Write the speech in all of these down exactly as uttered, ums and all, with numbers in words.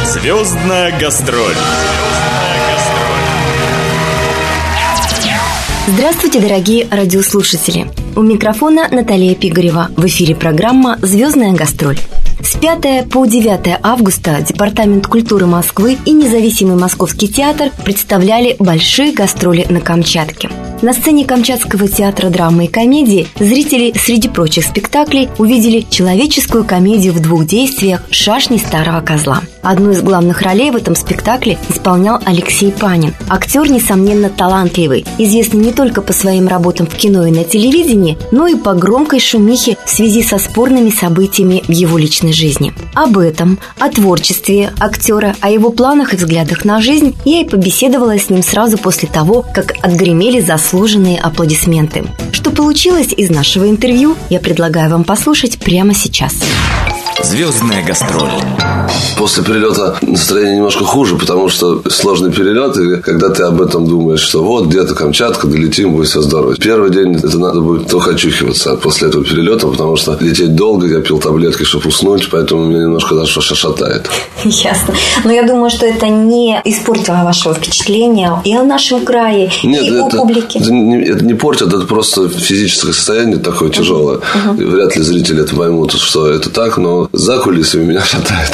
Звездная гастроль. Здравствуйте, дорогие радиослушатели! У микрофона Наталья Пигарева. В эфире программа «Звездная гастроль». С пятого по девятое августа Департамент культуры Москвы и Независимый Московский театр представляли большие гастроли на Камчатке. На сцене Камчатского театра драмы и комедии зрители среди прочих спектаклей увидели человеческую комедию в двух действиях «Шашни старого козла». Одну из главных ролей в этом спектакле исполнял Алексей Панин. Актер, несомненно, талантливый, известный не только по своим работам в кино и на телевидении, но и по громкой шумихе в связи со спорными событиями в его личной жизни. Об этом, о творчестве актера, о его планах и взглядах на жизнь я и побеседовала с ним сразу после того, как отгремели заслуженные аплодисменты. Что получилось из нашего интервью, я предлагаю вам послушать прямо сейчас. Звездная гастроль. После перелета настроение немножко хуже, потому что сложный перелет, и когда ты об этом думаешь, что вот где-то Камчатка, долетим, будет все здорово. Первый день это надо будет только очухиваться после этого перелета, потому что лететь долго, я пил таблетки, чтобы уснуть, поэтому меня немножко даже шатает. Ясно. Но я думаю, что это не испортило вашего впечатления и о нашем крае, Нет, и это, о публике. Это не, это не портит, это просто физическое состояние такое тяжелое. Uh-huh. Uh-huh. Вряд ли зрители это поймут, что это так, но за кулисами меня шатает.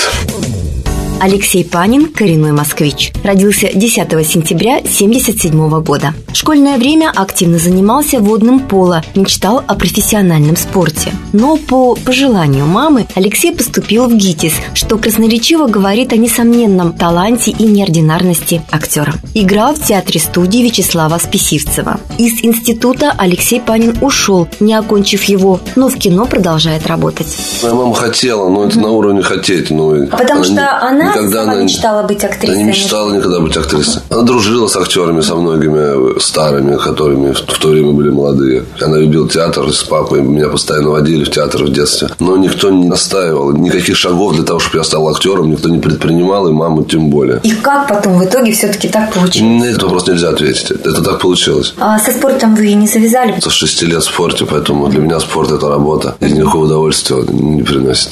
Алексей Панин – коренной москвич. Родился десятого сентября тысяча девятьсот семьдесят седьмого года. В школьное время активно занимался водным поло, мечтал о профессиональном спорте. Но по пожеланию мамы Алексей поступил в ГИТИС, что красноречиво говорит о несомненном таланте и неординарности актера. Играл в театре-студии Вячеслава Списивцева. Из института Алексей Панин ушел, не окончив его, но в кино продолжает работать. Моя мама хотела, но это mm-hmm. на уровне хотеть. Ну, Потому она что не... она Никогда сама она мечтала быть актрисой. Она не мечтала никогда быть актрисой. Она дружила с актерами, со многими старыми, которыми в то время были молодые. Она любила театр с папой. Меня постоянно водили в театр в детстве. Но никто не настаивал. Никаких шагов для того, чтобы я стал актером, никто не предпринимал, и мама тем более. И как потом в итоге все-таки так получилось? На этот вопрос нельзя ответить. Это так получилось. А со спортом вы не завязали? Со шести лет в спорте, поэтому для меня спорт – это работа. И никакого удовольствия не приносит.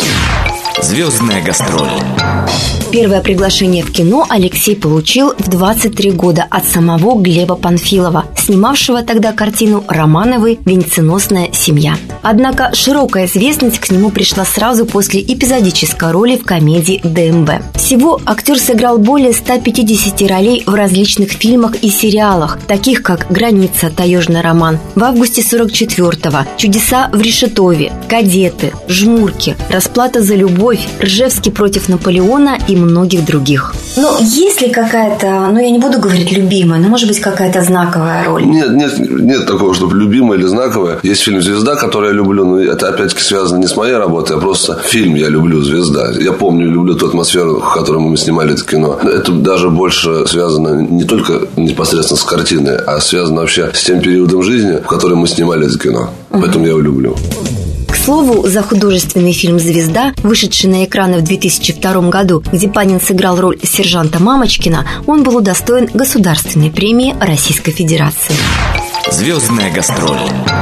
Звездная гастроль. Первое приглашение в кино Алексей получил в двадцать три года от самого Глеба Панфилова, снимавшего тогда картину «Романовы. Венценосная семья». Однако широкая известность к нему пришла сразу после эпизодической роли в комедии «ДМБ». Всего актер сыграл более ста пятидесяти ролей в различных фильмах и сериалах, таких как «Граница. Таежный роман», в августе сорок четвёртого, «Чудеса в Решетове», «Кадеты», «Жмурки», «Расплата за любовь», «Ржевский против Наполеона» и многих других. Но есть ли какая-то, ну я не буду говорить любимая, но может быть какая-то знаковая роль? Нет, нет, нет такого, чтобы любимая или знаковая. Есть фильм «Звезда», который я люблю, но это опять-таки связано не с моей работой, а просто фильм я люблю «Звезда». Я помню, люблю ту атмосферу, в которой мы снимали это кино. Это даже больше связано не только непосредственно с картиной, а связано вообще с тем периодом жизни, в который мы снимали это кино. Поэтому uh-huh. я его люблю. К слову, за художественный фильм «Звезда», вышедший на экраны в две тысячи втором году, где Панин сыграл роль сержанта Мамочкина, он был удостоен Государственной премии Российской Федерации. Звездная гастроль.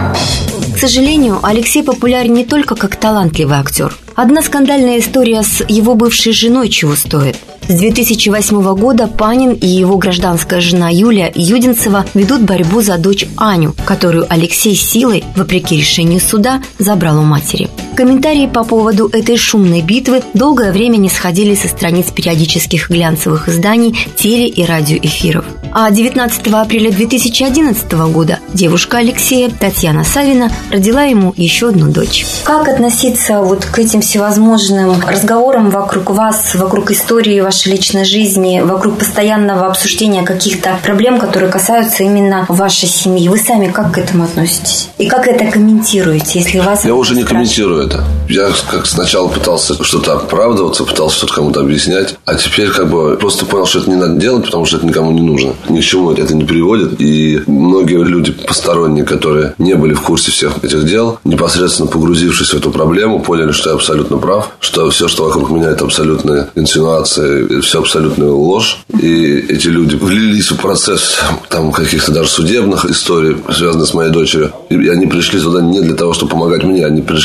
К сожалению, Алексей популярен не только как талантливый актер. Одна скандальная история с его бывшей женой чего стоит. С две тысячи восьмого года Панин и его гражданская жена Юлия Юдинцева ведут борьбу за дочь Аню, которую Алексей силой, вопреки решению суда, забрал у матери. Комментарии по поводу этой шумной битвы долгое время не сходили со страниц периодических глянцевых изданий, теле- и радиоэфиров. А девятнадцатого апреля две тысячи одиннадцатого года девушка Алексея, Татьяна Савина, родила ему еще одну дочь. Как относиться вот к этим всевозможным разговорам вокруг вас, вокруг истории вашей личной жизни, вокруг постоянного обсуждения каких-то проблем, которые касаются именно вашей семьи? Вы сами как к этому относитесь? И как это комментируете, если вас... Я уже не комментирую это. Я как сначала пытался что-то оправдываться, пытался что-то кому-то объяснять, а теперь как бы просто понял, что это не надо делать, потому что это никому не нужно. Ни к чему это не приводит. И многие люди посторонние, которые не были в курсе всех этих дел, непосредственно погрузившись в эту проблему, поняли, что я абсолютно прав, что все, что вокруг меня, это абсолютная инсинуация, все абсолютная ложь. И эти люди влились в процесс там каких-то даже судебных историй, связанных с моей дочерью. И они пришли туда не для того, чтобы помогать мне, они пришли для того,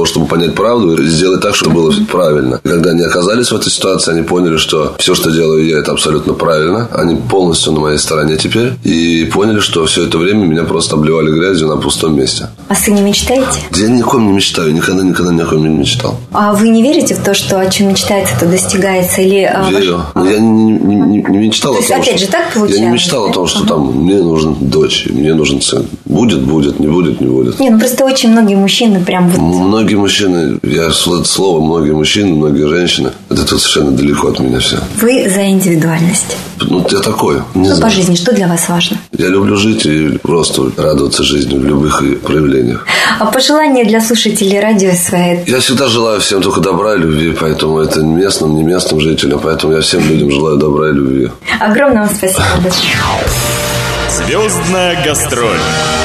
чтобы понять правду и сделать так, чтобы было правильно. И когда они оказались в этой ситуации, они поняли, что все, что делаю я, это абсолютно правильно. Они полностью на моей стороне теперь. И поняли, что все это время меня просто обливали грязью на пустом месте. О сыне мечтаете? Я ни о ком не мечтаю. Никогда, никогда ни о ком не мечтал. А вы не верите в то, что о чем мечтается, то достигается? Или... Верю. Но я не, не, не, не мечтал то о том, есть, опять что... же, так получается? Я не мечтал да? о том, что ага. там мне нужен дочь, мне нужен сын. Будет, будет, не будет, не будет. Не, ну просто очень многие мужчины прям вот... Многие мужчины, я слово многие мужчины, многие женщины, это тут совершенно далеко от меня все. Вы за индивидуальность? Ну, я такой. Не ну, знаю. По жизни, что для вас важно? Я люблю жить и просто радоваться жизни в любых ее проявлениях. А пожелания для слушателей радио свои? Я всегда желаю всем только добра и любви, поэтому это местным, не местным жителям, поэтому я всем людям желаю добра и любви. Огромное вам спасибо. Звездная гастроль.